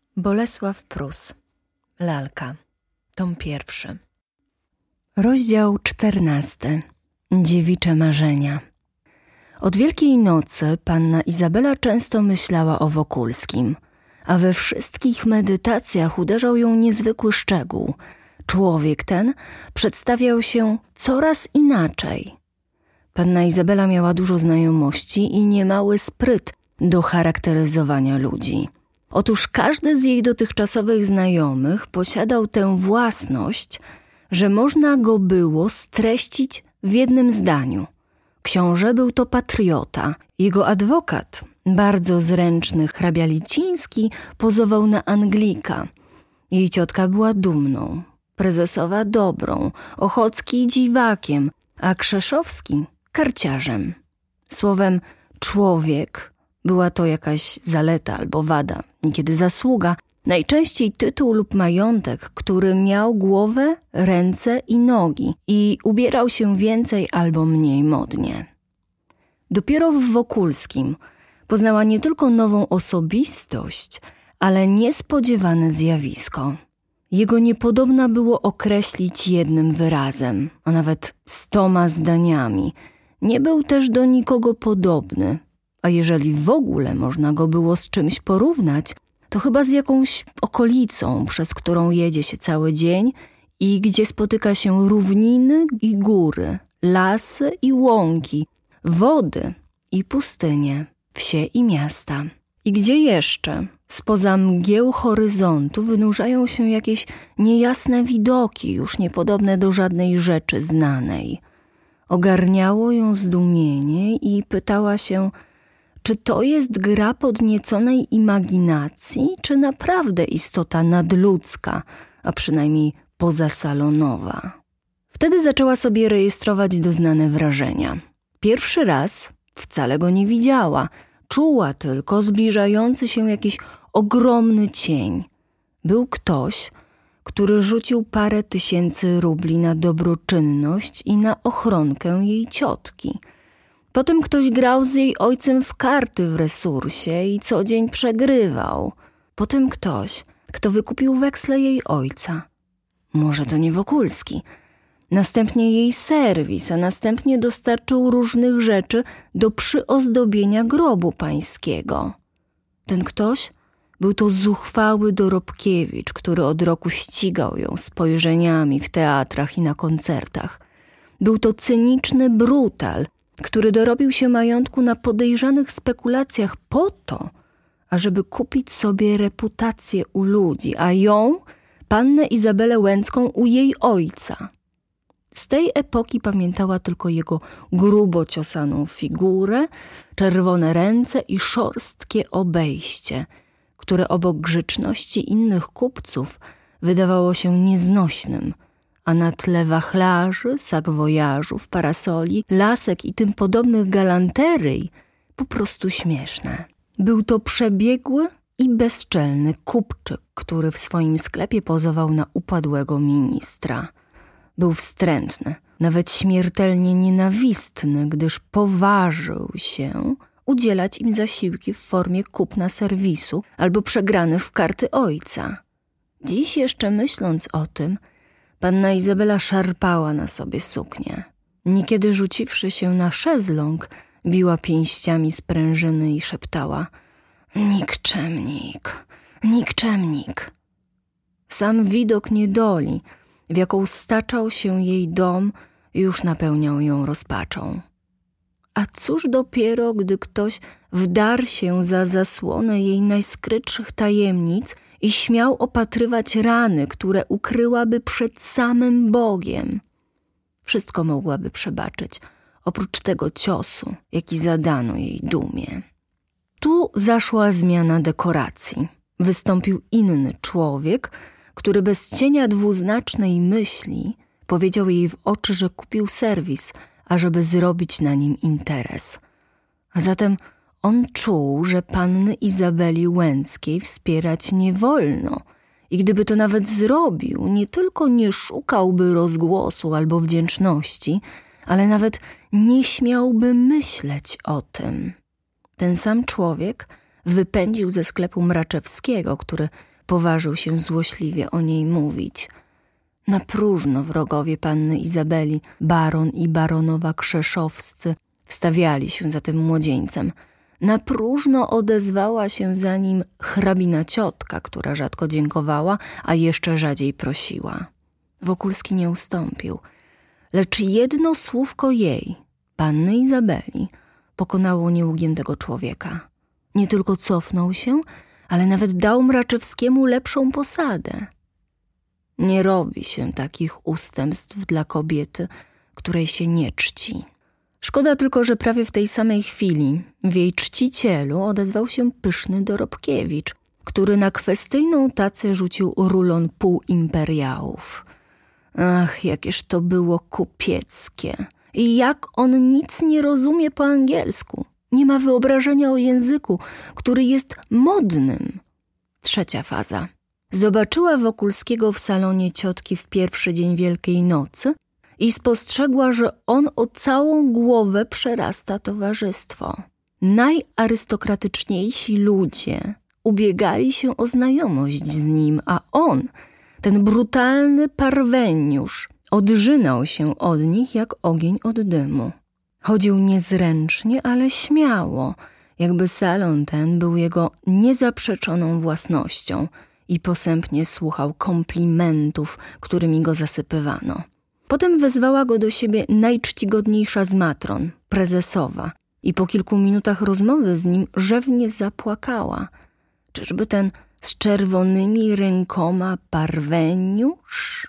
Bolesław Prus. Lalka. Tom 1. Rozdział 14. Dziewicze marzenia. Od Wielkiej Nocy panna Izabela często myślała o Wokulskim, a we wszystkich medytacjach uderzał ją niezwykły szczegół. Człowiek ten przedstawiał się coraz inaczej. Panna Izabela miała dużo znajomości i niemały spryt do charakteryzowania ludzi. Otóż każdy z jej dotychczasowych znajomych posiadał tę własność, że można go było streścić w jednym zdaniu. Książę był to patriota. Jego adwokat, bardzo zręczny hrabia Liciński, pozował na Anglika. Jej ciotka była dumną, prezesowa dobrą, Ochocki dziwakiem, a Krzeszowski karciarzem. Słowem człowiek, była to jakaś zaleta albo wada, niekiedy zasługa, najczęściej tytuł lub majątek, który miał głowę, ręce i nogi i ubierał się więcej albo mniej modnie. Dopiero w Wokulskim poznała nie tylko nową osobistość, ale niespodziewane zjawisko. Jego niepodobna było określić jednym wyrazem, a nawet 100 zdaniami. Nie był też do nikogo podobny, a jeżeli w ogóle można go było z czymś porównać, to chyba z jakąś okolicą, przez którą jedzie się cały dzień i gdzie spotyka się równiny i góry, lasy i łąki, wody i pustynie, wsie i miasta. I gdzie jeszcze, spoza mgieł horyzontu, wynurzają się jakieś niejasne widoki, już niepodobne do żadnej rzeczy znanej. Ogarniało ją zdumienie i pytała się, czy to jest gra podnieconej imaginacji, czy naprawdę istota nadludzka, a przynajmniej pozasalonowa. Wtedy zaczęła sobie rejestrować doznane wrażenia. Pierwszy raz wcale go nie widziała, czuła tylko zbliżający się jakiś ogromny cień. Był ktoś, który rzucił parę tysięcy rubli na dobroczynność i na ochronkę jej ciotki. Potem ktoś grał z jej ojcem w karty w resursie i co dzień przegrywał. Potem ktoś, kto wykupił weksle jej ojca. Może to nie Wokulski. Następnie jej serwis, a następnie dostarczył różnych rzeczy do przyozdobienia grobu pańskiego. Ten ktoś był to zuchwały Dorobkiewicz, który od roku ścigał ją spojrzeniami w teatrach i na koncertach. Był to cyniczny brutal, który dorobił się majątku na podejrzanych spekulacjach po to, ażeby kupić sobie reputację u ludzi, a ją, pannę Izabelę Łęcką, u jej ojca. Z tej epoki pamiętała tylko jego grubo ciosaną figurę, czerwone ręce i szorstkie obejście, które obok grzeczności innych kupców wydawało się nieznośnym, a na tle wachlarzy, sakwojażów, parasoli, lasek i tym podobnych galanteryj po prostu śmieszne. Był to przebiegły i bezczelny kupczyk, który w swoim sklepie pozował na upadłego ministra. Był wstrętny, nawet śmiertelnie nienawistny, gdyż poważył się udzielać im zasiłki w formie kupna serwisu albo przegranych w karty ojca. Dziś jeszcze myśląc o tym, panna Izabela szarpała na sobie suknię. Niekiedy rzuciwszy się na szezlong, biła pięściami sprężyny i szeptała: nikczemnik, nikczemnik. Sam widok niedoli, w jaką staczał się jej dom, już napełniał ją rozpaczą. A cóż dopiero, gdy ktoś wdarł się za zasłonę jej najskrytszych tajemnic i śmiał opatrywać rany, które ukryłaby przed samym Bogiem. Wszystko mogłaby przebaczyć, oprócz tego ciosu, jaki zadano jej dumie. Tu zaszła zmiana dekoracji. Wystąpił inny człowiek, który bez cienia dwuznacznej myśli powiedział jej w oczy, że kupił serwis, ażeby zrobić na nim interes. A zatem on czuł, że panny Izabeli Łęckiej wspierać nie wolno i gdyby to nawet zrobił, nie tylko nie szukałby rozgłosu albo wdzięczności, ale nawet nie śmiałby myśleć o tym. Ten sam człowiek wypędził ze sklepu Mraczewskiego, który poważył się złośliwie o niej mówić. Na próżno wrogowie panny Izabeli, baron i baronowa krzeszowscy, wstawiali się za tym młodzieńcem. Na próżno odezwała się za nim hrabina ciotka, która rzadko dziękowała, a jeszcze rzadziej prosiła. Wokulski nie ustąpił, lecz jedno słówko jej, panny Izabeli, pokonało nieugiętego człowieka. Nie tylko cofnął się, ale nawet dał Mraczewskiemu lepszą posadę. Nie robi się takich ustępstw dla kobiety, której się nie czci. Szkoda tylko, że prawie w tej samej chwili w jej czcicielu odezwał się pyszny Dorobkiewicz, który na kwestyjną tacę rzucił rulon półimperiałów. Ach, jakież to było kupieckie. I jak on nic nie rozumie po angielsku. Nie ma wyobrażenia o języku, który jest modnym. Trzecia faza. Zobaczyła Wokulskiego w salonie ciotki w pierwszy dzień Wielkiej Nocy i spostrzegła, że on o całą głowę przerasta towarzystwo. Najarystokratyczniejsi ludzie ubiegali się o znajomość z nim, a on, ten brutalny parweniusz, odrzynał się od nich jak ogień od dymu. Chodził niezręcznie, ale śmiało, jakby salon ten był jego niezaprzeczoną własnością i posępnie słuchał komplimentów, którymi go zasypywano. Potem wezwała go do siebie najczcigodniejsza z matron, prezesowa, i po kilku minutach rozmowy z nim rzewnie zapłakała. Czyżby ten z czerwonymi rękoma parweniusz?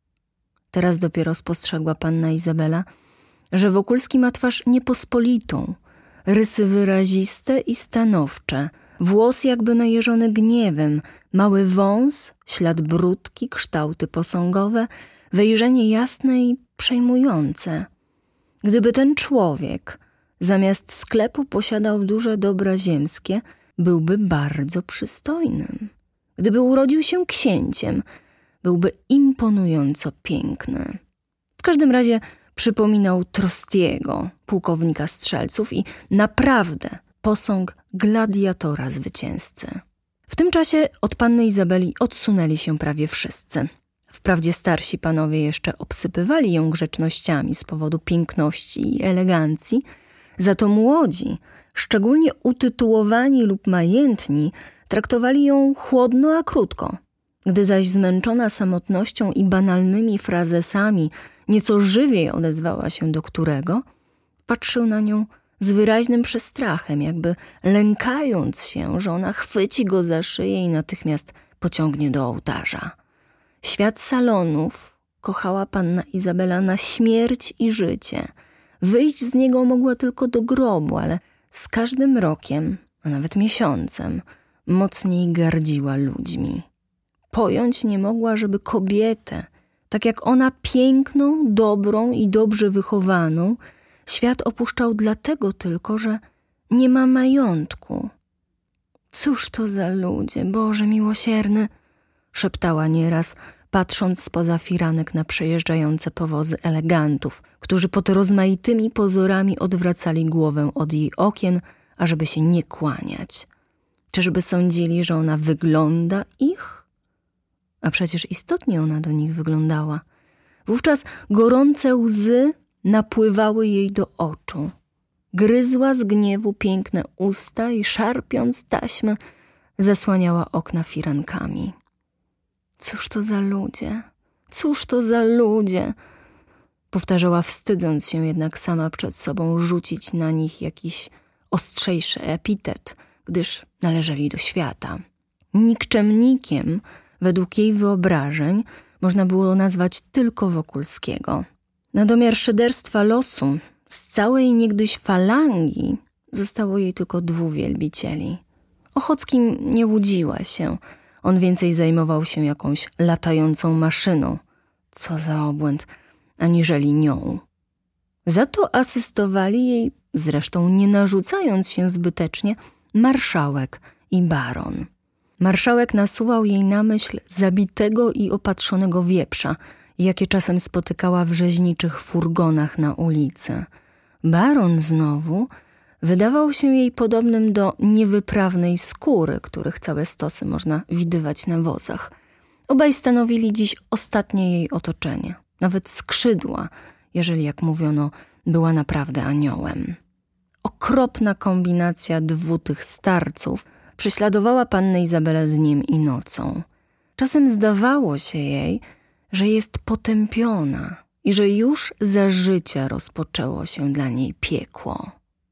Teraz dopiero spostrzegła panna Izabela, że Wokulski ma twarz niepospolitą, rysy wyraziste i stanowcze, włos jakby najeżony gniewem, mały wąs, ślad brudki, kształty posągowe, wejrzenie jasne i przejmujące. Gdyby ten człowiek zamiast sklepu posiadał duże dobra ziemskie, byłby bardzo przystojnym. Gdyby urodził się księciem, byłby imponująco piękny. W każdym razie przypominał Trostiego, pułkownika strzelców i naprawdę posąg gladiatora zwycięzcy. W tym czasie od panny Izabeli odsunęli się prawie wszyscy. Wprawdzie starsi panowie jeszcze obsypywali ją grzecznościami z powodu piękności i elegancji, za to młodzi, szczególnie utytułowani lub majętni, traktowali ją chłodno, a krótko. Gdy zaś zmęczona samotnością i banalnymi frazesami nieco żywiej odezwała się do którego, patrzył na nią z wyraźnym przestrachem, jakby lękając się, że ona chwyci go za szyję i natychmiast pociągnie do ołtarza. Świat salonów kochała panna Izabela na śmierć i życie. Wyjść z niego mogła tylko do grobu, ale z każdym rokiem, a nawet miesiącem, mocniej gardziła ludźmi. Pojąć nie mogła, żeby kobietę, tak jak ona piękną, dobrą i dobrze wychowaną, świat opuszczał dlatego tylko, że nie ma majątku. Cóż to za ludzie, Boże miłosierny, szeptała nieraz, patrząc spoza firanek na przejeżdżające powozy elegantów, którzy pod rozmaitymi pozorami odwracali głowę od jej okien, ażeby się nie kłaniać. Czyżby sądzili, że ona wygląda ich? A przecież istotnie ona do nich wyglądała. Wówczas gorące łzy napływały jej do oczu. Gryzła z gniewu piękne usta i szarpiąc taśmę, zasłaniała okna firankami. Cóż to za ludzie, cóż to za ludzie, powtarzała, wstydząc się jednak sama przed sobą rzucić na nich jakiś ostrzejszy epitet, gdyż należeli do świata. Nikczemnikiem, według jej wyobrażeń, można było nazwać tylko Wokulskiego. Na domiar szyderstwa losu z całej niegdyś falangi zostało jej tylko 2 wielbicieli. Ochockim nie łudziła się. On więcej zajmował się jakąś latającą maszyną, co za obłęd, aniżeli nią. Za to asystowali jej, zresztą nie narzucając się zbytecznie, marszałek i baron. Marszałek nasuwał jej na myśl zabitego i opatrzonego wieprza, jakie czasem spotykała w rzeźniczych furgonach na ulicy. Baron znowu wydawał się jej podobnym do niewyprawnej skóry, których całe stosy można widywać na wozach. Obaj stanowili dziś ostatnie jej otoczenie, nawet skrzydła, jeżeli, jak mówiono, była naprawdę aniołem. Okropna kombinacja dwóch tych starców prześladowała pannę Izabelę dniem i nocą. Czasem zdawało się jej, że jest potępiona i że już za życia rozpoczęło się dla niej piekło.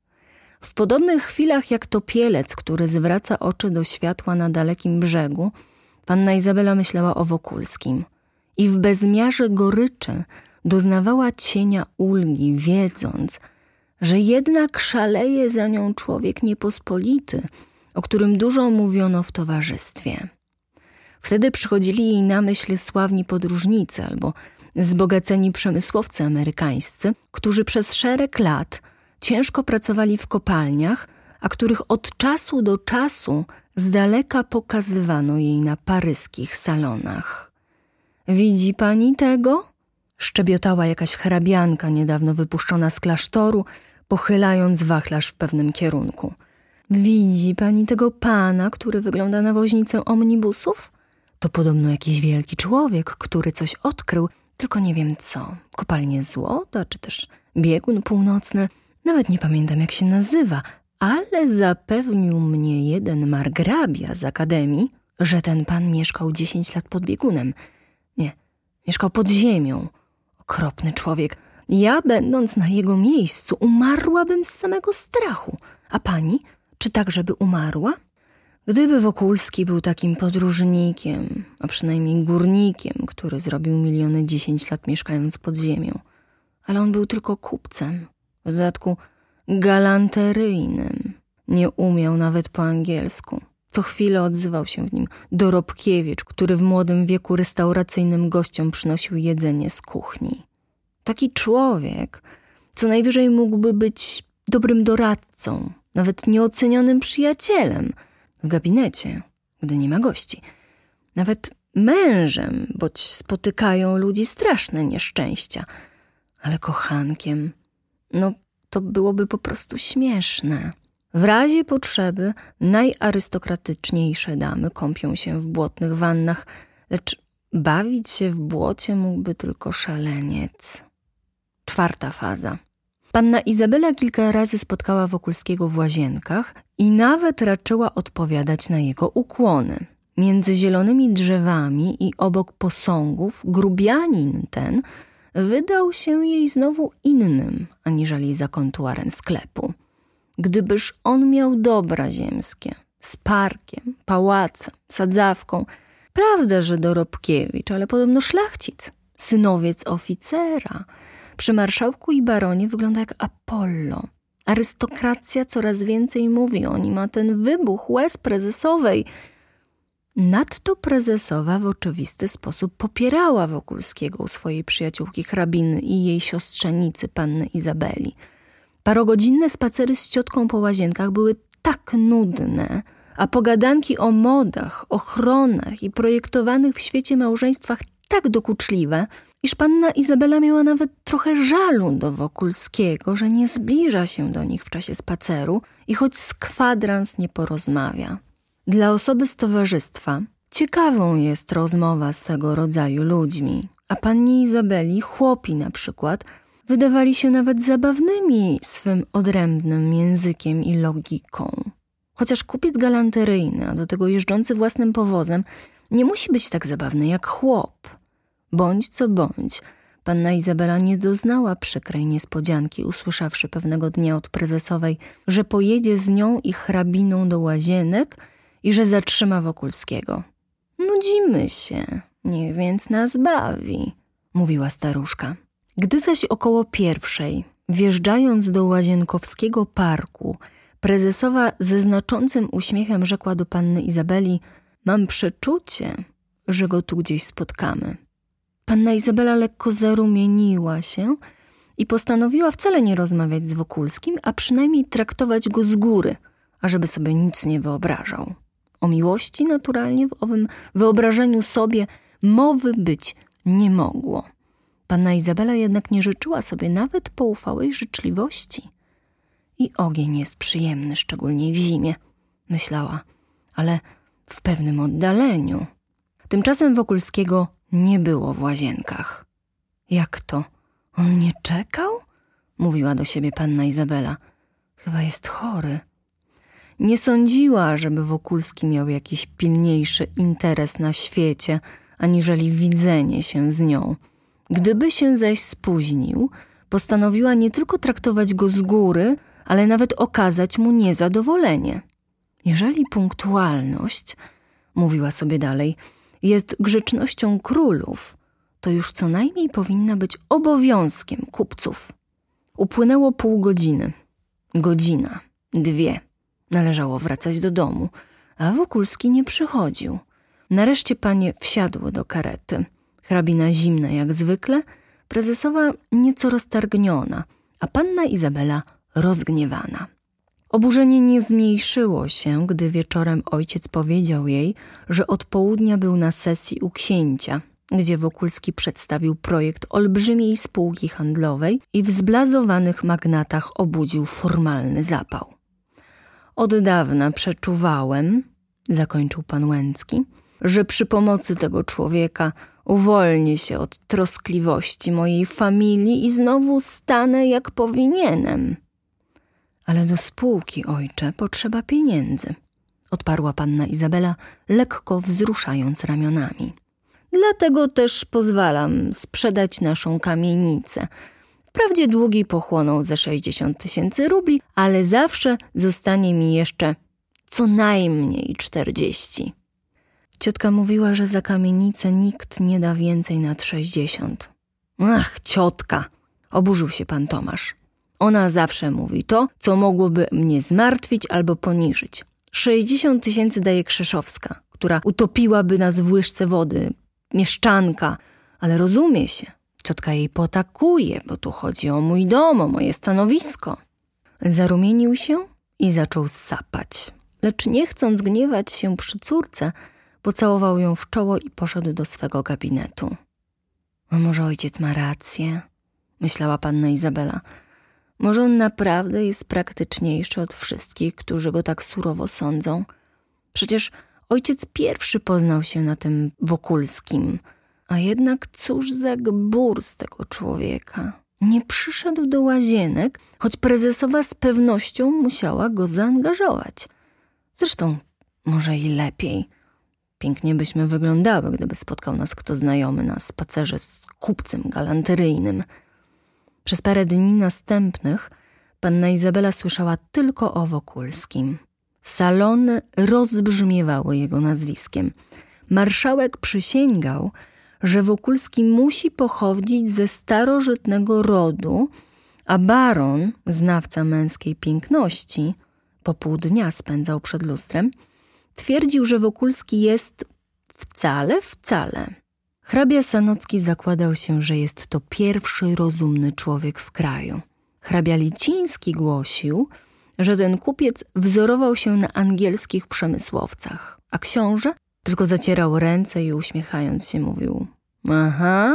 W podobnych chwilach jak topielec, który zwraca oczy do światła na dalekim brzegu, panna Izabela myślała o Wokulskim i w bezmiarze goryczy doznawała cienia ulgi, wiedząc, że jednak szaleje za nią człowiek niepospolity, o którym dużo mówiono w towarzystwie. Wtedy przychodzili jej na myśl sławni podróżnicy albo zbogaceni przemysłowcy amerykańscy, którzy przez szereg lat ciężko pracowali w kopalniach, a których od czasu do czasu z daleka pokazywano jej na paryskich salonach. Widzi pani tego? Szczebiotała jakaś hrabianka niedawno wypuszczona z klasztoru, pochylając wachlarz w pewnym kierunku. Widzi pani tego pana, który wygląda na woźnicę omnibusów? To podobno jakiś wielki człowiek, który coś odkrył, tylko nie wiem co. Kopalnie złota, czy też biegun północny. Nawet nie pamiętam, jak się nazywa, ale zapewnił mnie jeden margrabia z akademii, że ten pan mieszkał 10 lat pod biegunem. Nie, mieszkał pod ziemią. Okropny człowiek. Ja, będąc na jego miejscu, umarłabym z samego strachu. A pani? Czy tak, żeby umarła? Gdyby Wokulski był takim podróżnikiem, a przynajmniej górnikiem, który zrobił miliony 10 lat mieszkając pod ziemią. Ale on był tylko kupcem. W dodatku galanteryjnym. Nie umiał nawet po angielsku. Co chwilę odzywał się w nim Dorobkiewicz, który w młodym wieku restauracyjnym gościom przynosił jedzenie z kuchni. Taki człowiek co najwyżej mógłby być dobrym doradcą, nawet nieocenionym przyjacielem w gabinecie, gdy nie ma gości. Nawet mężem, boć spotykają ludzi straszne nieszczęścia. Ale kochankiem, to byłoby po prostu śmieszne. W razie potrzeby najarystokratyczniejsze damy kąpią się w błotnych wannach, lecz bawić się w błocie mógłby tylko szaleniec. 4. faza. Panna Izabela kilka razy spotkała Wokulskiego w łazienkach i nawet raczyła odpowiadać na jego ukłony. Między zielonymi drzewami i obok posągów grubianin ten wydał się jej znowu innym, aniżeli za kontuarem sklepu. Gdybyż on miał dobra ziemskie, z parkiem, pałacem, sadzawką, prawda, że Dorobkiewicz, ale podobno szlachcic, synowiec oficera. Przy marszałku i baronie wygląda jak Apollo. Arystokracja coraz więcej mówi o nim, a ten wybuch łez prezesowej. Nadto prezesowa w oczywisty sposób popierała Wokulskiego u swojej przyjaciółki hrabiny i jej siostrzenicy panny Izabeli. Parogodzinne spacery z ciotką po łazienkach były tak nudne, a pogadanki o modach, ochronach i projektowanych w świecie małżeństwach tak dokuczliwe, iż panna Izabela miała nawet trochę żalu do Wokulskiego, że nie zbliża się do nich w czasie spaceru i choć z kwadrans nie porozmawia. Dla osoby z towarzystwa ciekawą jest rozmowa z tego rodzaju ludźmi, a pannie Izabeli chłopi na przykład wydawali się nawet zabawnymi swym odrębnym językiem i logiką. Chociaż kupiec galanteryjny, a do tego jeżdżący własnym powozem, nie musi być tak zabawny jak chłop. Bądź co bądź, panna Izabela nie doznała przykrej niespodzianki, usłyszawszy pewnego dnia od prezesowej, że pojedzie z nią i hrabiną do łazienek i że zatrzyma Wokulskiego. Nudzimy się, niech więc nas bawi, mówiła staruszka. Gdy zaś około 1:00, wjeżdżając do łazienkowskiego parku, prezesowa ze znaczącym uśmiechem rzekła do panny Izabeli: mam przeczucie, że go tu gdzieś spotkamy. Panna Izabela lekko zarumieniła się i postanowiła wcale nie rozmawiać z Wokulskim, a przynajmniej traktować go z góry, ażeby sobie nic nie wyobrażał. O miłości naturalnie w owym wyobrażeniu sobie mowy być nie mogło. Panna Izabela jednak nie życzyła sobie nawet poufałej życzliwości. I ogień jest przyjemny, szczególnie w zimie, myślała, ale w pewnym oddaleniu. Tymczasem Wokulskiego nie było w łazienkach. Jak to? On nie czekał? Mówiła do siebie panna Izabela. Chyba jest chory. Nie sądziła, żeby Wokulski miał jakiś pilniejszy interes na świecie, aniżeli widzenie się z nią. Gdyby się zaś spóźnił, postanowiła nie tylko traktować go z góry, ale nawet okazać mu niezadowolenie. Jeżeli punktualność, mówiła sobie dalej, jest grzecznością królów, to już co najmniej powinna być obowiązkiem kupców. Upłynęło pół godziny. Godzina, 2. Należało wracać do domu, a Wokulski nie przychodził. Nareszcie panie wsiadły do karety. Hrabina zimna jak zwykle, prezesowa nieco roztargniona, a panna Izabela rozgniewana. Oburzenie nie zmniejszyło się, gdy wieczorem ojciec powiedział jej, że od południa był na sesji u księcia, gdzie Wokulski przedstawił projekt olbrzymiej spółki handlowej i w zblazowanych magnatach obudził formalny zapał. Od dawna przeczuwałem, zakończył pan Łęcki, że przy pomocy tego człowieka uwolnię się od troskliwości mojej familii i znowu stanę jak powinienem. Ale do spółki, ojcze, potrzeba pieniędzy, odparła panna Izabela, lekko wzruszając ramionami. Dlatego też pozwalam sprzedać naszą kamienicę. Wprawdzie długi pochłoną ze 60 000 rubli, ale zawsze zostanie mi jeszcze co najmniej 40. Ciotka mówiła, że za kamienicę nikt nie da więcej nad 60. Ach, ciotka! Oburzył się pan Tomasz. Ona zawsze mówi to, co mogłoby mnie zmartwić albo poniżyć. 60 000 daje Krzeszowska, która utopiłaby nas w łyżce wody. Mieszczanka, ale rozumie się. Ciotka jej potakuje, bo tu chodzi o mój dom, o moje stanowisko. Zarumienił się i zaczął sapać. Lecz nie chcąc gniewać się przy córce, pocałował ją w czoło i poszedł do swego gabinetu. A może ojciec ma rację? Myślała panna Izabela. Może on naprawdę jest praktyczniejszy od wszystkich, którzy go tak surowo sądzą? Przecież ojciec pierwszy poznał się na tym Wokulskim, a jednak cóż za gbur z tego człowieka. Nie przyszedł do łazienek, choć prezesowa z pewnością musiała go zaangażować. Zresztą może i lepiej. Pięknie byśmy wyglądały, gdyby spotkał nas kto znajomy na spacerze z kupcem galanteryjnym. Przez parę dni następnych panna Izabela słyszała tylko o Wokulskim. Salony rozbrzmiewały jego nazwiskiem. Marszałek przysięgał, że Wokulski musi pochodzić ze starożytnego rodu, a baron, znawca męskiej piękności, po pół dnia spędzał przed lustrem, twierdził, że Wokulski jest wcale. Hrabia Sanocki zakładał się, że jest to pierwszy rozumny człowiek w kraju. Hrabia Liciński głosił, że ten kupiec wzorował się na angielskich przemysłowcach, a książę tylko zacierał ręce i uśmiechając się mówił: aha.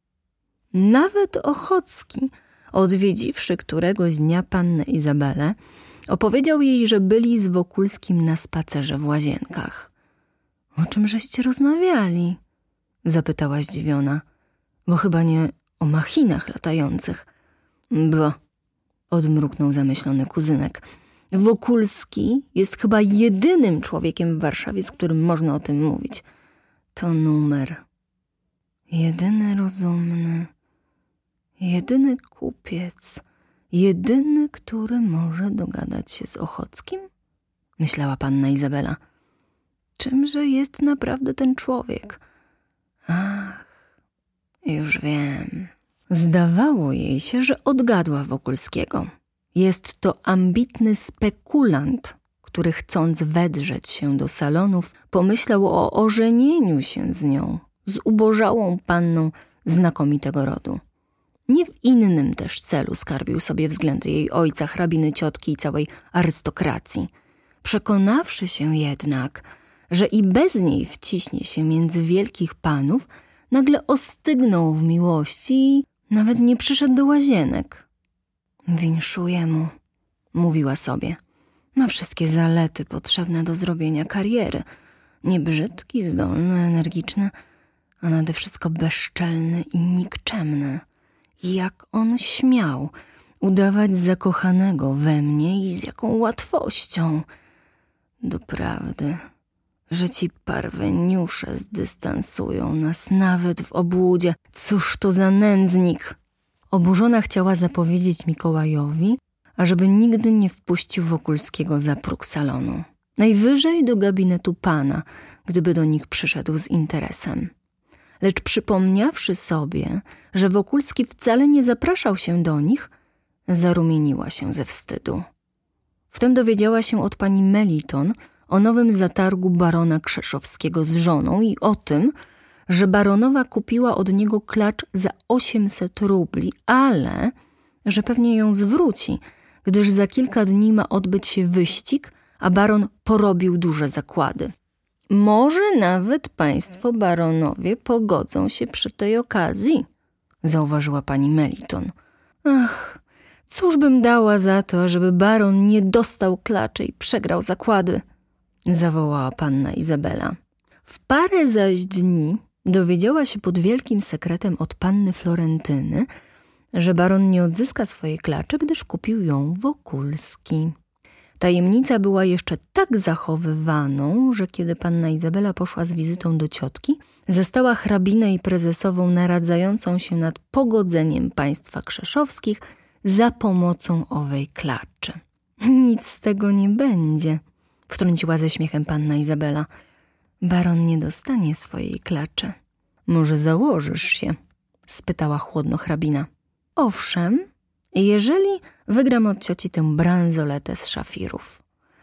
Nawet Ochocki, odwiedziwszy któregoś dnia pannę Izabelę, opowiedział jej, że byli z Wokulskim na spacerze w łazienkach. O czym żeście rozmawiali? Zapytała zdziwiona, bo chyba nie o machinach latających. Bo, odmruknął zamyślony kuzynek. Wokulski jest chyba jedynym człowiekiem w Warszawie, z którym można o tym mówić. To numer. Jedyny rozumny, jedyny kupiec, jedyny, który może dogadać się z Ochockim? Myślała panna Izabela. Czymże jest naprawdę ten człowiek? Ach, już wiem. Zdawało jej się, że odgadła Wokulskiego. Jest to ambitny spekulant, który chcąc wedrzeć się do salonów, pomyślał o ożenieniu się z nią, z ubożałą panną znakomitego rodu. Nie w innym też celu skarbił sobie względy jej ojca, hrabiny, ciotki i całej arystokracji. Przekonawszy się jednak, że i bez niej wciśnie się między wielkich panów, nagle ostygnął w miłości i nawet nie przyszedł do łazienek. Winszuję mu, mówiła sobie. Ma wszystkie zalety potrzebne do zrobienia kariery. Niebrzydki, zdolny, energiczny, a nade wszystko bezczelny i nikczemny. Jak on śmiał udawać zakochanego we mnie i z jaką łatwością. Doprawdy, że ci parweniusze zdystansują nas nawet w obłudzie. Cóż to za nędznik! Oburzona chciała zapowiedzieć Mikołajowi, ażeby nigdy nie wpuścił Wokulskiego za próg salonu. Najwyżej do gabinetu pana, gdyby do nich przyszedł z interesem. Lecz przypomniawszy sobie, że Wokulski wcale nie zapraszał się do nich, zarumieniła się ze wstydu. Wtem dowiedziała się od pani Meliton o nowym zatargu barona Krzeszowskiego z żoną i o tym, że baronowa kupiła od niego klacz za 800 rubli, ale że pewnie ją zwróci, gdyż za kilka dni ma odbyć się wyścig, a baron porobił duże zakłady. Może nawet państwo baronowie pogodzą się przy tej okazji, zauważyła pani Meliton. Ach, cóż bym dała za to, żeby baron nie dostał klaczy i przegrał zakłady, zawołała panna Izabela. W parę zaś dni dowiedziała się pod wielkim sekretem od panny Florentyny, że baron nie odzyska swojej klaczy, gdyż kupił ją Wokulski. Tajemnica była jeszcze tak zachowywaną, że kiedy panna Izabela poszła z wizytą do ciotki, zastała hrabinę i prezesową naradzającą się nad pogodzeniem państwa krzeszowskich za pomocą owej klaczy. Nic z tego nie będzie, wtrąciła ze śmiechem panna Izabela. Baron nie dostanie swojej klaczy. Może założysz się? Spytała chłodno hrabina. Owszem, jeżeli wygram od cioci tę bransoletę z szafirów.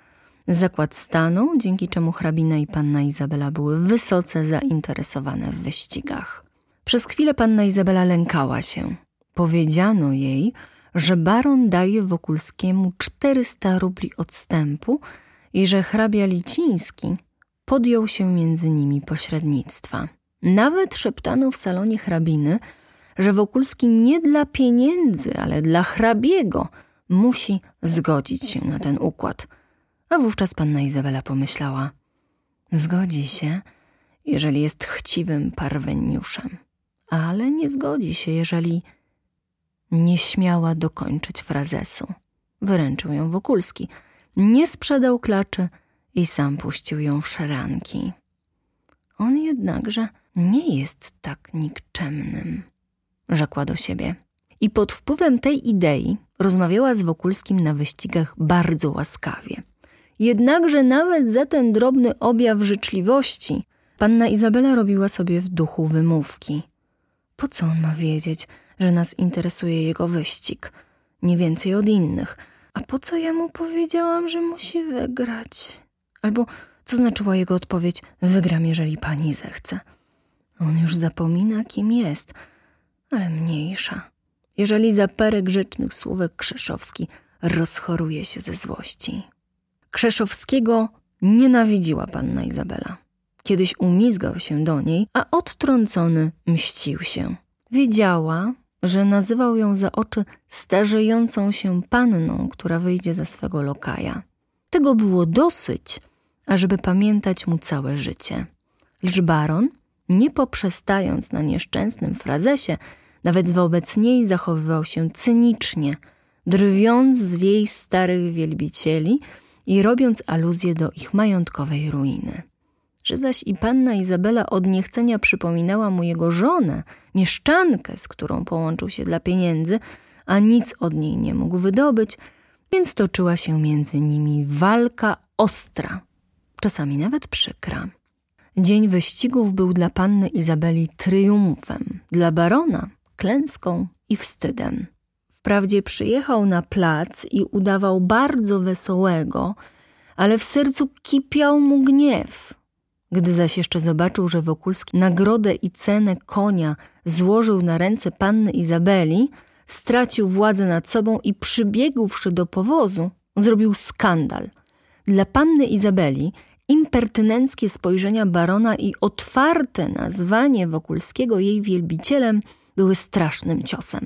Zakład stanął, dzięki czemu hrabina i panna Izabela były wysoce zainteresowane w wyścigach. Przez chwilę panna Izabela lękała się. Powiedziano jej, że baron daje Wokulskiemu 400 rubli odstępu i że hrabia Liciński podjął się między nimi pośrednictwa. Nawet szeptano w salonie hrabiny, że Wokulski nie dla pieniędzy, ale dla hrabiego musi zgodzić się na ten układ. A wówczas panna Izabela pomyślała, zgodzi się, jeżeli jest chciwym parweniuszem, ale nie zgodzi się, jeżeli nie śmiała dokończyć frazesu. Wyręczył ją Wokulski, nie sprzedał klaczy i sam puścił ją w szeranki. On jednakże nie jest tak nikczemnym, rzekła do siebie. I pod wpływem tej idei rozmawiała z Wokulskim na wyścigach bardzo łaskawie. Jednakże nawet za ten drobny objaw życzliwości panna Izabela robiła sobie w duchu wymówki. Po co on ma wiedzieć, że nas interesuje jego wyścig? Nie więcej od innych. A po co ja mu powiedziałam, że musi wygrać? Albo co znaczyła jego odpowiedź, wygram, jeżeli pani zechce. On już zapomina, kim jest, ale mniejsza. Jeżeli za parę grzecznych słówek Krzeszowski rozchoruje się ze złości. Krzeszowskiego nienawidziła panna Izabela. Kiedyś umizgał się do niej, a odtrącony mścił się. Wiedziała, że nazywał ją za oczy starzejącą się panną, która wyjdzie za swego lokaja. Tego było dosyć, ażeby pamiętać mu całe życie. Lecz baron, nie poprzestając na nieszczęsnym frazesie, nawet wobec niej zachowywał się cynicznie, drwiąc z jej starych wielbicieli i robiąc aluzję do ich majątkowej ruiny. Że zaś i panna Izabela od niechcenia przypominała mu jego żonę, mieszczankę, z którą połączył się dla pieniędzy, a nic od niej nie mógł wydobyć, więc toczyła się między nimi walka ostra, czasami nawet przykra. Dzień wyścigów był dla panny Izabeli triumfem, dla barona klęską i wstydem. Wprawdzie przyjechał na plac i udawał bardzo wesołego, ale w sercu kipiał mu gniew. Gdy zaś jeszcze zobaczył, że Wokulski nagrodę i cenę konia złożył na ręce panny Izabeli, stracił władzę nad sobą i przybiegłszy do powozu, zrobił skandal. Dla panny Izabeli impertynenckie spojrzenia barona i otwarte nazwanie Wokulskiego jej wielbicielem były strasznym ciosem.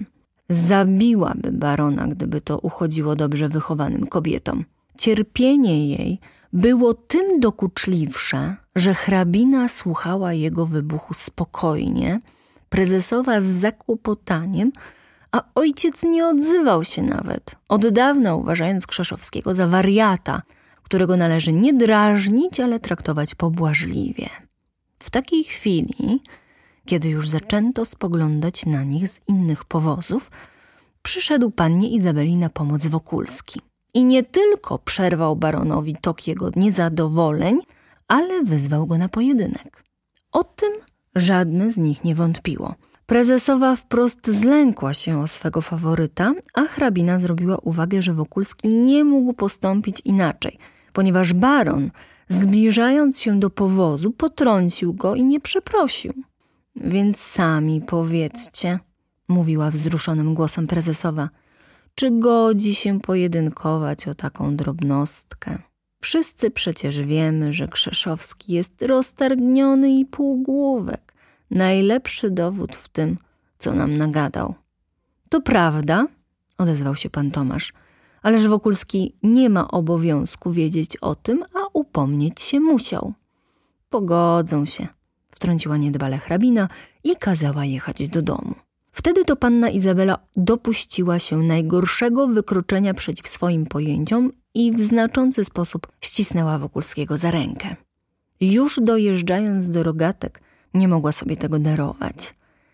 zabiłaby barona, gdyby to uchodziło dobrze wychowanym kobietom. Cierpienie jej było tym dokuczliwsze, że hrabina słuchała jego wybuchu spokojnie, prezesowa z zakłopotaniem, a ojciec nie odzywał się nawet, od dawna uważając Krzeszowskiego za wariata, którego należy nie drażnić, ale traktować pobłażliwie. W takiej chwili, kiedy już zaczęto spoglądać na nich z innych powozów, przyszedł pannie Izabeli na pomoc Wokulski. I nie tylko przerwał baronowi tok jego niezadowoleń, ale wyzwał go na pojedynek. O tym żadne z nich nie wątpiło. Prezesowa wprost zlękła się o swego faworyta, a hrabina zrobiła uwagę, że Wokulski nie mógł postąpić inaczej, ponieważ baron, zbliżając się do powozu, potrącił go i nie przeprosił. Więc sami powiedzcie, mówiła wzruszonym głosem prezesowa, czy godzi się pojedynkować o taką drobnostkę? Wszyscy przecież wiemy, że Krzeszowski jest roztargniony i półgłówek. Najlepszy dowód w tym, co nam nagadał. To prawda, odezwał się pan Tomasz, ależ Wokulski nie ma obowiązku wiedzieć o tym, a upomnieć się musiał. Pogodzą się, wtrąciła niedbale hrabina i kazała jechać do domu. Wtedy to panna Izabela dopuściła się najgorszego wykroczenia przeciw swoim pojęciom i w znaczący sposób ścisnęła Wokulskiego za rękę. Już dojeżdżając do Rogatek, nie mogła sobie tego darować.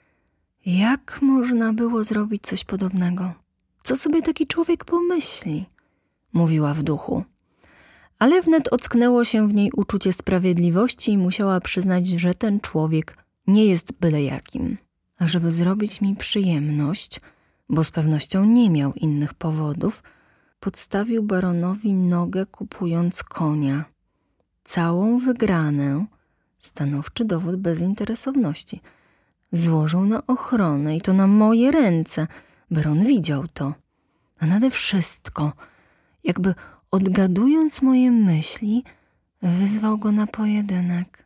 Jak można było zrobić coś podobnego? Co sobie taki człowiek pomyśli? Mówiła w duchu. Ale wnet ocknęło się w niej uczucie sprawiedliwości i musiała przyznać, że ten człowiek nie jest byle jakim. A żeby zrobić mi przyjemność, bo z pewnością nie miał innych powodów, podstawił baronowi nogę kupując konia. Całą wygranę, stanowczy dowód bezinteresowności, złożył na ochronę i to na moje ręce. Baron widział to. A nade wszystko, jakby odgadując moje myśli, wyzwał go na pojedynek.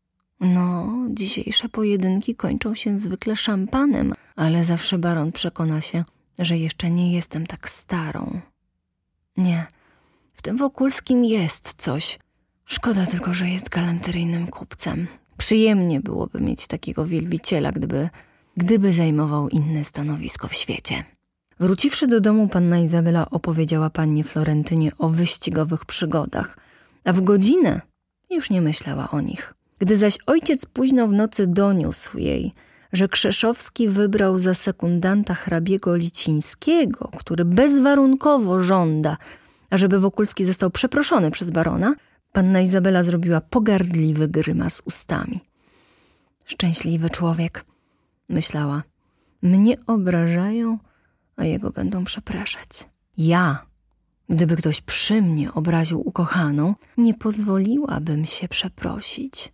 No, dzisiejsze pojedynki kończą się zwykle szampanem, ale zawsze baron przekona się, że jeszcze nie jestem tak starą. Nie, w tym Wokulskim jest coś. Szkoda tylko, że jest galanteryjnym kupcem. Przyjemnie byłoby mieć takiego wielbiciela, gdyby zajmował inne stanowisko w świecie. Wróciwszy do domu, panna Izabela opowiedziała pannie Florentynie o wyścigowych przygodach, a w godzinę już nie myślała o nich. Gdy zaś ojciec późno w nocy doniósł jej, że Krzeszowski wybrał za sekundanta hrabiego Licińskiego, który bezwarunkowo żąda, ażeby Wokulski został przeproszony przez barona, panna Izabela zrobiła pogardliwy grymas ustami. Szczęśliwy człowiek, myślała, mnie obrażają, a jego będą przepraszać. Ja, gdyby ktoś przy mnie obraził ukochaną, nie pozwoliłabym się przeprosić.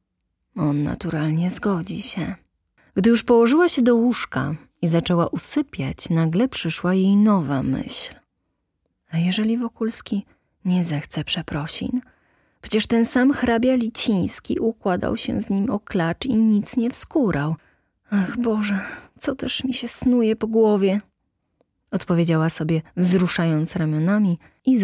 On naturalnie zgodzi się. Gdy już położyła się do łóżka i zaczęła usypiać, nagle przyszła jej nowa myśl. A jeżeli Wokulski nie zechce przeprosin? Przecież ten sam hrabia Liciński układał się z nim o klacz i nic nie wskórał. Ach Boże, co też mi się snuje po głowie? Odpowiedziała sobie, wzruszając ramionami i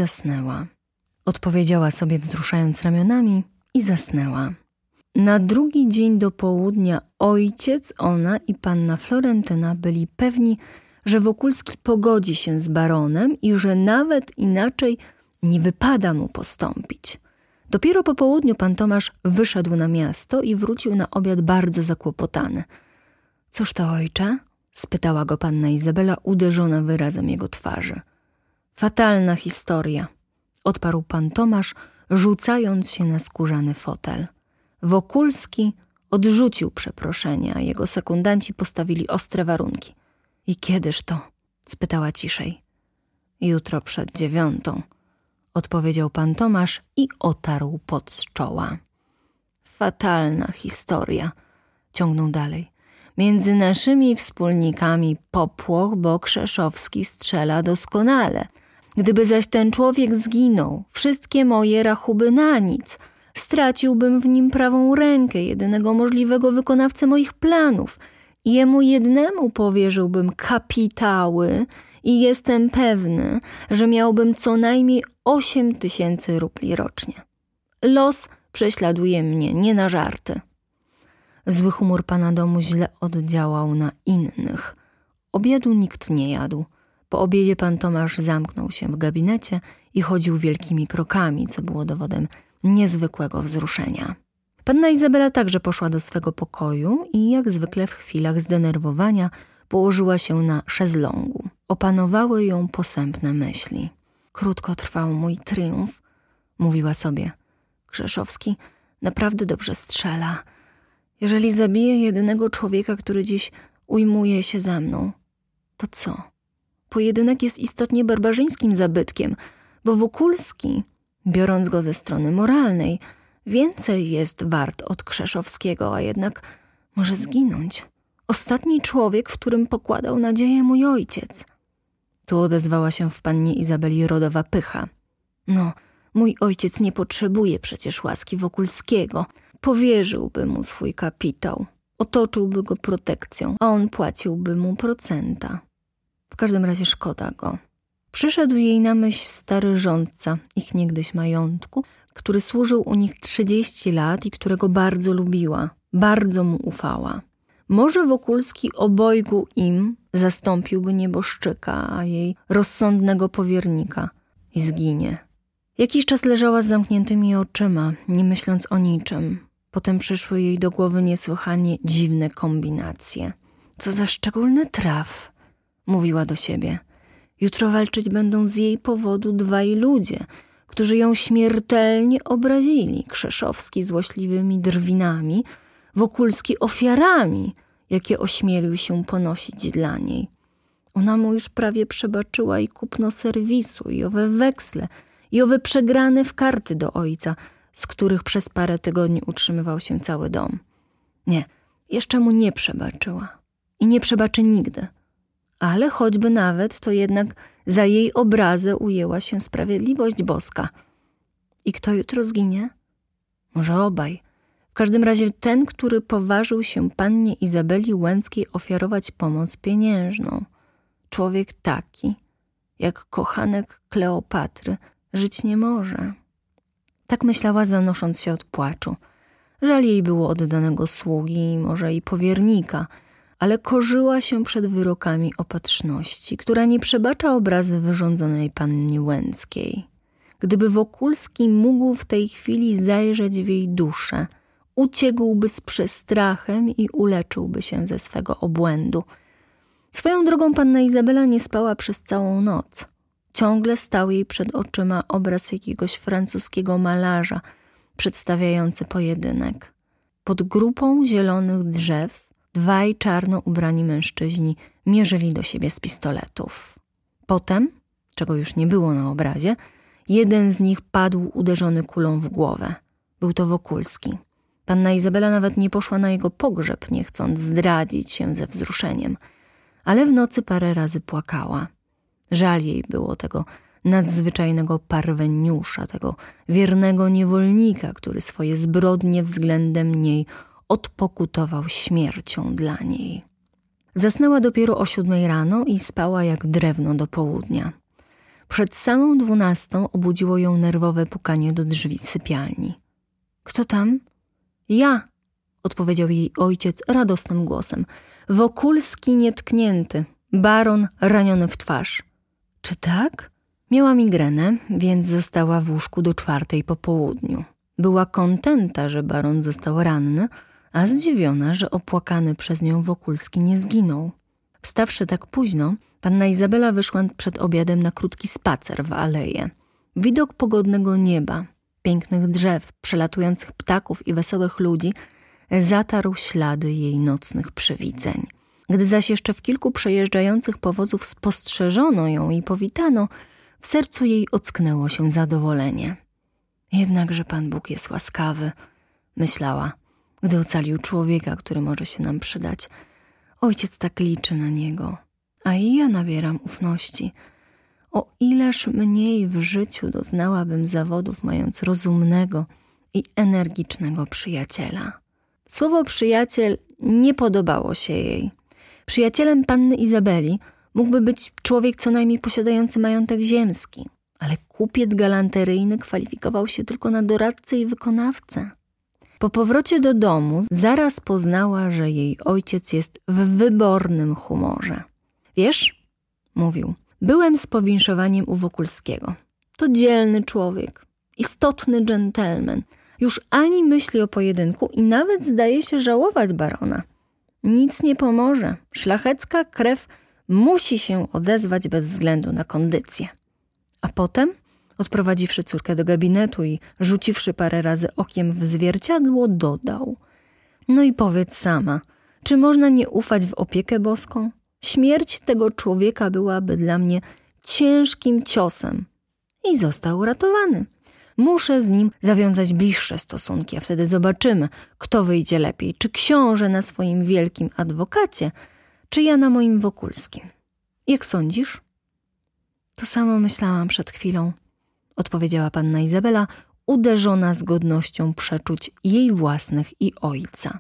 zasnęła. Na drugi dzień do południa ojciec, ona i panna Florentyna byli pewni, że Wokulski pogodzi się z baronem i że nawet inaczej nie wypada mu postąpić. Dopiero po południu pan Tomasz wyszedł na miasto i wrócił na obiad bardzo zakłopotany. Cóż to, ojcze? Spytała go panna Izabela, uderzona wyrazem jego twarzy. Fatalna historia, odparł pan Tomasz, rzucając się na skórzany fotel. Wokulski odrzucił przeproszenia, a jego sekundanci postawili ostre warunki. I kiedyż to? Spytała ciszej. Jutro przed 9:00, odpowiedział pan Tomasz i otarł pot z czoła. Fatalna historia, ciągnął dalej. Między naszymi wspólnikami popłoch, bo Krzeszowski strzela doskonale. Gdyby zaś ten człowiek zginął, wszystkie moje rachuby na nic. Straciłbym w nim prawą rękę, jedynego możliwego wykonawcę moich planów. Jemu jednemu powierzyłbym kapitały i jestem pewny, że miałbym co najmniej 8 000 rubli rocznie. Los prześladuje mnie nie na żarty. Zły humor pana domu źle oddziałał na innych. Obiadu nikt nie jadł. Po obiedzie pan Tomasz zamknął się w gabinecie i chodził wielkimi krokami, co było dowodem niezwykłego wzruszenia. Panna Izabela także poszła do swego pokoju i jak zwykle w chwilach zdenerwowania położyła się na szezlongu. Opanowały ją posępne myśli. Krótko trwał mój triumf, mówiła sobie. Krzeszowski naprawdę dobrze strzela. Jeżeli zabije jedynego człowieka, który dziś ujmuje się za mną, to co? Pojedynek jest istotnie barbarzyńskim zabytkiem, bo Wokulski, biorąc go ze strony moralnej, więcej jest wart od Krzeszowskiego, a jednak może zginąć. Ostatni człowiek, w którym pokładał nadzieję mój ojciec. Tu odezwała się w pannie Izabeli rodowa pycha. No, mój ojciec nie potrzebuje przecież łaski Wokulskiego. Powierzyłby mu swój kapitał, otoczyłby go protekcją, a on płaciłby mu procenta. W każdym razie szkoda go. Przyszedł jej na myśl stary rządca ich niegdyś majątku, który służył u nich 30 lat i którego bardzo lubiła, bardzo mu ufała. Może Wokulski obojgu im zastąpiłby nieboszczyka, a jej rozsądnego powiernika i zginie. Jakiś czas leżała z zamkniętymi oczyma, nie myśląc o niczym. Potem przyszły jej do głowy niesłychanie dziwne kombinacje. Co za szczególny traf, mówiła do siebie. Jutro walczyć będą z jej powodu dwaj ludzie, którzy ją śmiertelnie obrazili. Krzeszowski złośliwymi drwinami, Wokulski ofiarami, jakie ośmielił się ponosić dla niej. Ona mu już prawie przebaczyła i kupno serwisu, i owe weksle, i owe przegrane w karty do ojca, z których przez parę tygodni utrzymywał się cały dom. Nie, jeszcze mu nie przebaczyła i nie przebaczy nigdy. Ale choćby nawet, to jednak za jej obrazę ujęła się sprawiedliwość boska. I kto jutro zginie? Może obaj. W każdym razie ten, który poważył się pannie Izabeli Łęckiej ofiarować pomoc pieniężną. Człowiek taki, jak kochanek Kleopatry, żyć nie może. Tak myślała, zanosząc się od płaczu. Żal jej było oddanego sługi, może i powiernika, ale korzyła się przed wyrokami opatrzności, która nie przebacza obrazy wyrządzonej pannie Łęckiej. Gdyby Wokulski mógł w tej chwili zajrzeć w jej duszę, uciekłby z przestrachem i uleczyłby się ze swego obłędu. Swoją drogą panna Izabela nie spała przez całą noc. Ciągle stał jej przed oczyma obraz jakiegoś francuskiego malarza przedstawiający pojedynek. Pod grupą zielonych drzew dwaj czarno ubrani mężczyźni mierzyli do siebie z pistoletów. Potem, czego już nie było na obrazie, jeden z nich padł uderzony kulą w głowę. Był to Wokulski. Panna Izabela nawet nie poszła na jego pogrzeb, nie chcąc zdradzić się ze wzruszeniem. Ale w nocy parę razy płakała. Żal jej było tego nadzwyczajnego parweniusza, tego wiernego niewolnika, który swoje zbrodnie względem niej odpokutował śmiercią dla niej. Zasnęła dopiero o 7 rano i spała jak drewno do południa. Przed samą 12 obudziło ją nerwowe pukanie do drzwi sypialni. – Kto tam? – Ja – odpowiedział jej ojciec radosnym głosem. – Wokulski nietknięty, baron raniony w twarz. – Czy tak? Miała migrenę, więc została w łóżku do 4 po południu. Była kontenta, że baron został ranny, a zdziwiona, że opłakany przez nią Wokulski nie zginął. Wstawszy tak późno, panna Izabela wyszła przed obiadem na krótki spacer w aleję. Widok pogodnego nieba, pięknych drzew, przelatujących ptaków i wesołych ludzi zatarł ślady jej nocnych przywidzeń. Gdy zaś jeszcze w kilku przejeżdżających powozów spostrzeżono ją i powitano, w sercu jej ocknęło się zadowolenie. Jednakże Pan Bóg jest łaskawy, myślała, gdy ocalił człowieka, który może się nam przydać. Ojciec tak liczy na niego, a i ja nabieram ufności. O ileż mniej w życiu doznałabym zawodów, mając rozumnego i energicznego przyjaciela. Słowo przyjaciel nie podobało się jej. Przyjacielem panny Izabeli mógłby być człowiek co najmniej posiadający majątek ziemski, ale kupiec galanteryjny kwalifikował się tylko na doradcę i wykonawcę. Po powrocie do domu zaraz poznała, że jej ojciec jest w wybornym humorze. Wiesz, mówił, byłem z powinszowaniem u Wokulskiego. To dzielny człowiek, istotny dżentelmen. Już ani myśli o pojedynku i nawet zdaje się żałować barona. Nic nie pomoże. Szlachecka krew musi się odezwać bez względu na kondycję. A potem, odprowadziwszy córkę do gabinetu i rzuciwszy parę razy okiem w zwierciadło, dodał: no i powiedz sama, czy można nie ufać w opiekę boską? Śmierć tego człowieka byłaby dla mnie ciężkim ciosem. I został uratowany. Muszę z nim zawiązać bliższe stosunki, a wtedy zobaczymy, kto wyjdzie lepiej. Czy książę na swoim wielkim adwokacie, czy ja na moim Wokulskim. Jak sądzisz? To samo myślałam przed chwilą, odpowiedziała panna Izabela, uderzona zgodnością przeczuć jej własnych i ojca.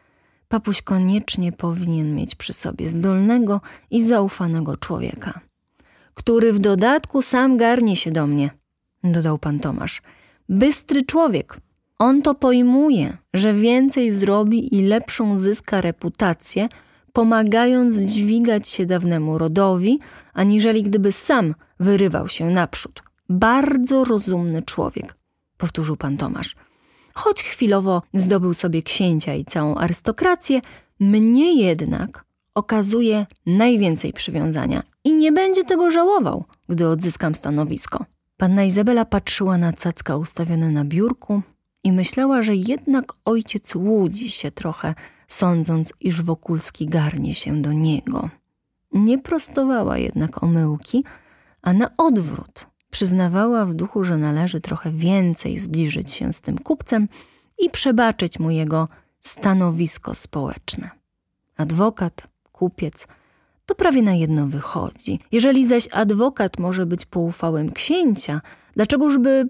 Papuś koniecznie powinien mieć przy sobie zdolnego i zaufanego człowieka, który w dodatku sam garnie się do mnie, dodał pan Tomasz. Bystry człowiek. On to pojmuje, że więcej zrobi i lepszą zyska reputację, pomagając dźwigać się dawnemu rodowi, aniżeli gdyby sam wyrywał się naprzód. Bardzo rozumny człowiek, powtórzył pan Tomasz. Choć chwilowo zdobył sobie księcia i całą arystokrację, mnie jednak okazuje najwięcej przywiązania i nie będzie tego żałował, gdy odzyskam stanowisko. Panna Izabela patrzyła na cacka ustawione na biurku i myślała, że jednak ojciec łudzi się trochę, sądząc, iż Wokulski garnie się do niego. Nie prostowała jednak omyłki, a na odwrót przyznawała w duchu, że należy trochę więcej zbliżyć się z tym kupcem i przebaczyć mu jego stanowisko społeczne. Adwokat, kupiec, to prawie na jedno wychodzi. Jeżeli zaś adwokat może być poufałym księcia, dlaczegożby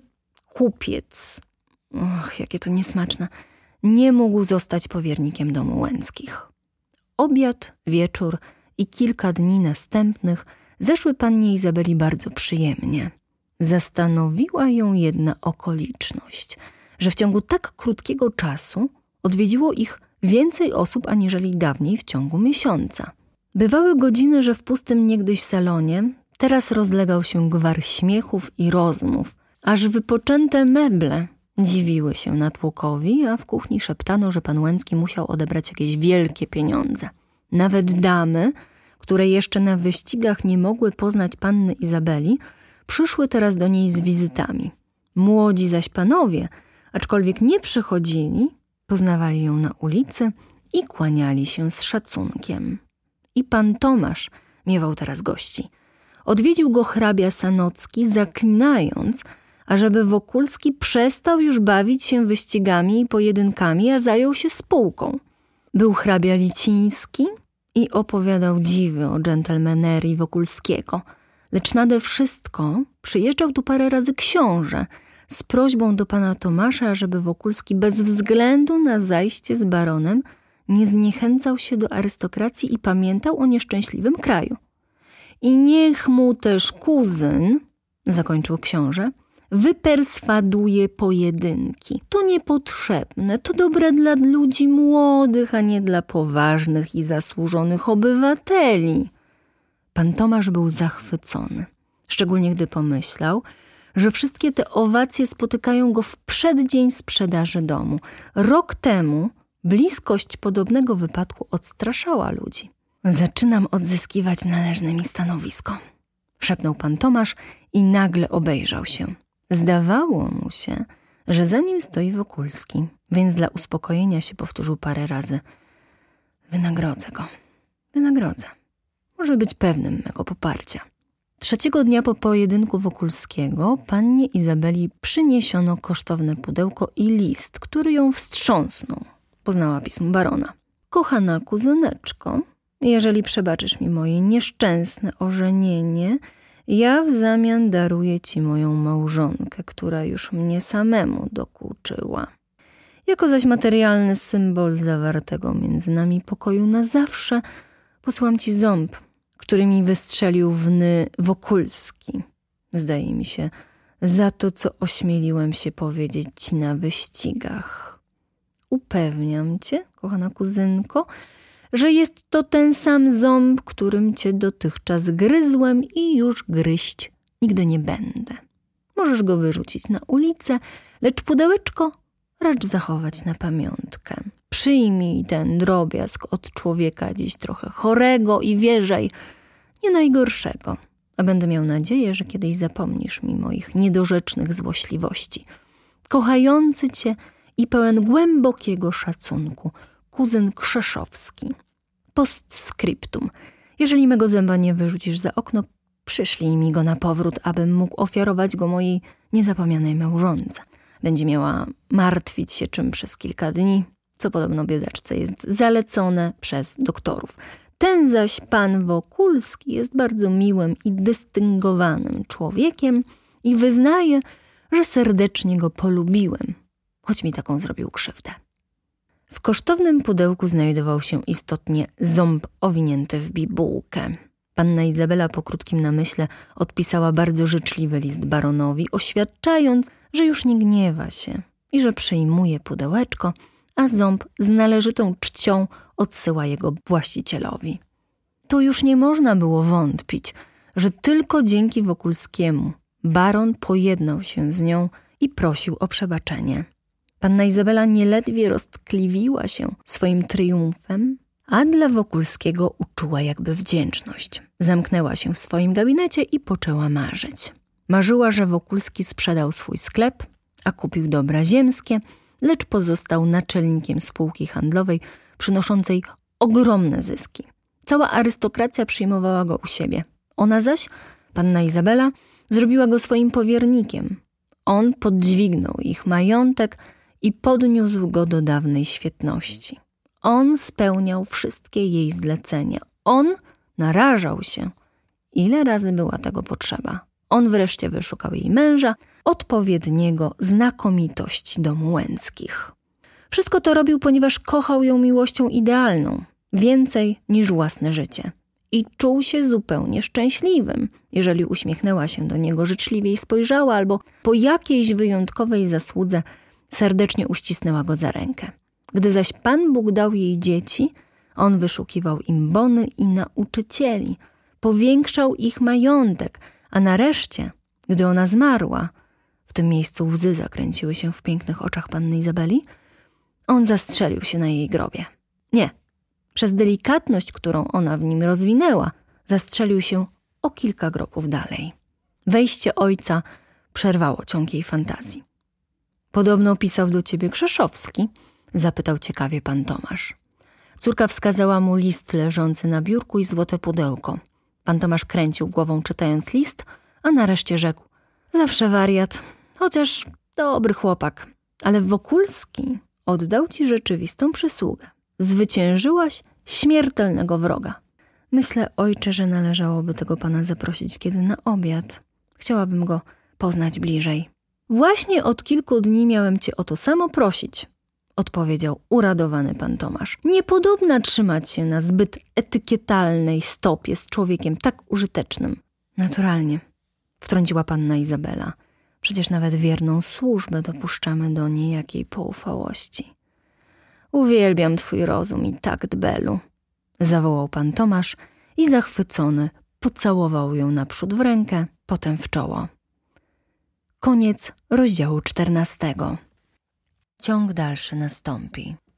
kupiec, jakie to niesmaczne, nie mógł zostać powiernikiem domu Łęckich. Obiad, wieczór i kilka dni następnych zeszły pannie Izabeli bardzo przyjemnie. Zastanowiła ją jedna okoliczność, że w ciągu tak krótkiego czasu odwiedziło ich więcej osób aniżeli dawniej w ciągu miesiąca. Bywały godziny, że w pustym niegdyś salonie teraz rozlegał się gwar śmiechów i rozmów, aż wypoczęte meble dziwiły się natłokowi, a w kuchni szeptano, że pan Łęcki musiał odebrać jakieś wielkie pieniądze. Nawet damy, które jeszcze na wyścigach nie mogły poznać panny Izabeli, przyszły teraz do niej z wizytami. Młodzi zaś panowie, aczkolwiek nie przychodzili, poznawali ją na ulicy i kłaniali się z szacunkiem. I pan Tomasz miewał teraz gości. Odwiedził go hrabia Sanocki, zaklinając, ażeby Wokulski przestał już bawić się wyścigami i pojedynkami, a zajął się spółką. Był hrabia Liciński i opowiadał dziwy o dżentelmenerii Wokulskiego, lecz nade wszystko przyjeżdżał tu parę razy książę z prośbą do pana Tomasza, ażeby Wokulski bez względu na zajście z baronem nie zniechęcał się do arystokracji i pamiętał o nieszczęśliwym kraju. I niech mu też kuzyn, zakończył książę, wyperswaduje pojedynki. To niepotrzebne, to dobre dla ludzi młodych, a nie dla poważnych i zasłużonych obywateli. Pan Tomasz był zachwycony, szczególnie gdy pomyślał, że wszystkie te owacje spotykają go w przeddzień sprzedaży domu. Rok temu bliskość podobnego wypadku odstraszała ludzi. Zaczynam odzyskiwać należne mi stanowisko, szepnął pan Tomasz i nagle obejrzał się. Zdawało mu się, że za nim stoi Wokulski, więc dla uspokojenia się powtórzył parę razy. Wynagrodzę go, wynagrodzę. Może być pewnym mego poparcia. Trzeciego dnia po pojedynku Wokulskiego pannie Izabeli przyniesiono kosztowne pudełko i list, który ją wstrząsnął. Poznała pismo barona. Kochana kuzyneczko, jeżeli przebaczysz mi moje nieszczęsne ożenienie, ja w zamian daruję ci moją małżonkę, która już mnie samemu dokuczyła. Jako zaś materialny symbol zawartego między nami pokoju na zawsze posłam ci ząb, który mi wystrzelił w ny Wokulski. Zdaje mi się, za to, co ośmieliłem się powiedzieć ci na wyścigach. Upewniam cię, kochana kuzynko, że jest to ten sam ząb, którym cię dotychczas gryzłem i już gryźć nigdy nie będę. Możesz go wyrzucić na ulicę, lecz pudełeczko racz zachować na pamiątkę. Przyjmij ten drobiazg od człowieka dziś trochę chorego i wierzaj, nie najgorszego, a będę miał nadzieję, że kiedyś zapomnisz mi moich niedorzecznych złośliwości. Kochający cię i pełen głębokiego szacunku kuzyn Krzeszowski. Postscriptum. Jeżeli mego zęba nie wyrzucisz za okno, przyszlij mi go na powrót, abym mógł ofiarować go mojej niezapomnianej małżonce. Będzie miała martwić się czym przez kilka dni, co podobno biedaczce jest zalecone przez doktorów. Ten zaś pan Wokulski jest bardzo miłym i dystyngowanym człowiekiem i wyznaje, że serdecznie go polubiłem, choć mi taką zrobił krzywdę. W kosztownym pudełku znajdował się istotnie ząb owinięty w bibułkę. Panna Izabela po krótkim namyśle odpisała bardzo życzliwy list baronowi, oświadczając, że już nie gniewa się i że przyjmuje pudełeczko, a ząb z należytą czcią odsyła jego właścicielowi. Tu już nie można było wątpić, że tylko dzięki Wokulskiemu baron pojednał się z nią i prosił o przebaczenie. Panna Izabela nieledwie roztkliwiła się swoim triumfem, a dla Wokulskiego uczuła jakby wdzięczność. Zamknęła się w swoim gabinecie i poczęła marzyć. Marzyła, że Wokulski sprzedał swój sklep, a kupił dobra ziemskie, lecz pozostał naczelnikiem spółki handlowej przynoszącej ogromne zyski. Cała arystokracja przyjmowała go u siebie. Ona zaś, panna Izabela, zrobiła go swoim powiernikiem. On podźwignął ich majątek i podniósł go do dawnej świetności. On spełniał wszystkie jej zlecenia. On narażał się, ile razy była tego potrzeba. On wreszcie wyszukał jej męża, odpowiedniego znakomitości domu Łęckich. Wszystko to robił, ponieważ kochał ją miłością idealną, więcej niż własne życie. I czuł się zupełnie szczęśliwym, jeżeli uśmiechnęła się do niego życzliwie i spojrzała, albo po jakiejś wyjątkowej zasłudze serdecznie uścisnęła go za rękę. Gdy zaś Pan Bóg dał jej dzieci, on wyszukiwał im bony i nauczycieli, powiększał ich majątek, a nareszcie, gdy ona zmarła, w tym miejscu łzy zakręciły się w pięknych oczach panny Izabeli, on zastrzelił się na jej grobie. Nie, przez delikatność, którą ona w nim rozwinęła, zastrzelił się o kilka grobów dalej. Wejście ojca przerwało ciąg jej fantazji. Podobno pisał do ciebie Krzeszowski? Zapytał ciekawie pan Tomasz. Córka wskazała mu list leżący na biurku i złote pudełko. Pan Tomasz kręcił głową, czytając list, a nareszcie rzekł: zawsze wariat, chociaż dobry chłopak, ale Wokulski oddał ci rzeczywistą przysługę. Zwyciężyłaś śmiertelnego wroga. Myślę, ojcze, że należałoby tego pana zaprosić kiedy na obiad. Chciałabym go poznać bliżej. Właśnie od kilku dni miałem cię o to samo prosić, odpowiedział uradowany pan Tomasz. Niepodobna trzymać się na zbyt etykietalnej stopie z człowiekiem tak użytecznym. Naturalnie, wtrąciła panna Izabela. Przecież nawet wierną służbę dopuszczamy do niejakiej poufałości. Uwielbiam twój rozum i takt, Belu, zawołał pan Tomasz i zachwycony pocałował ją naprzód w rękę, potem w czoło. Koniec rozdziału 14. Ciąg dalszy nastąpi.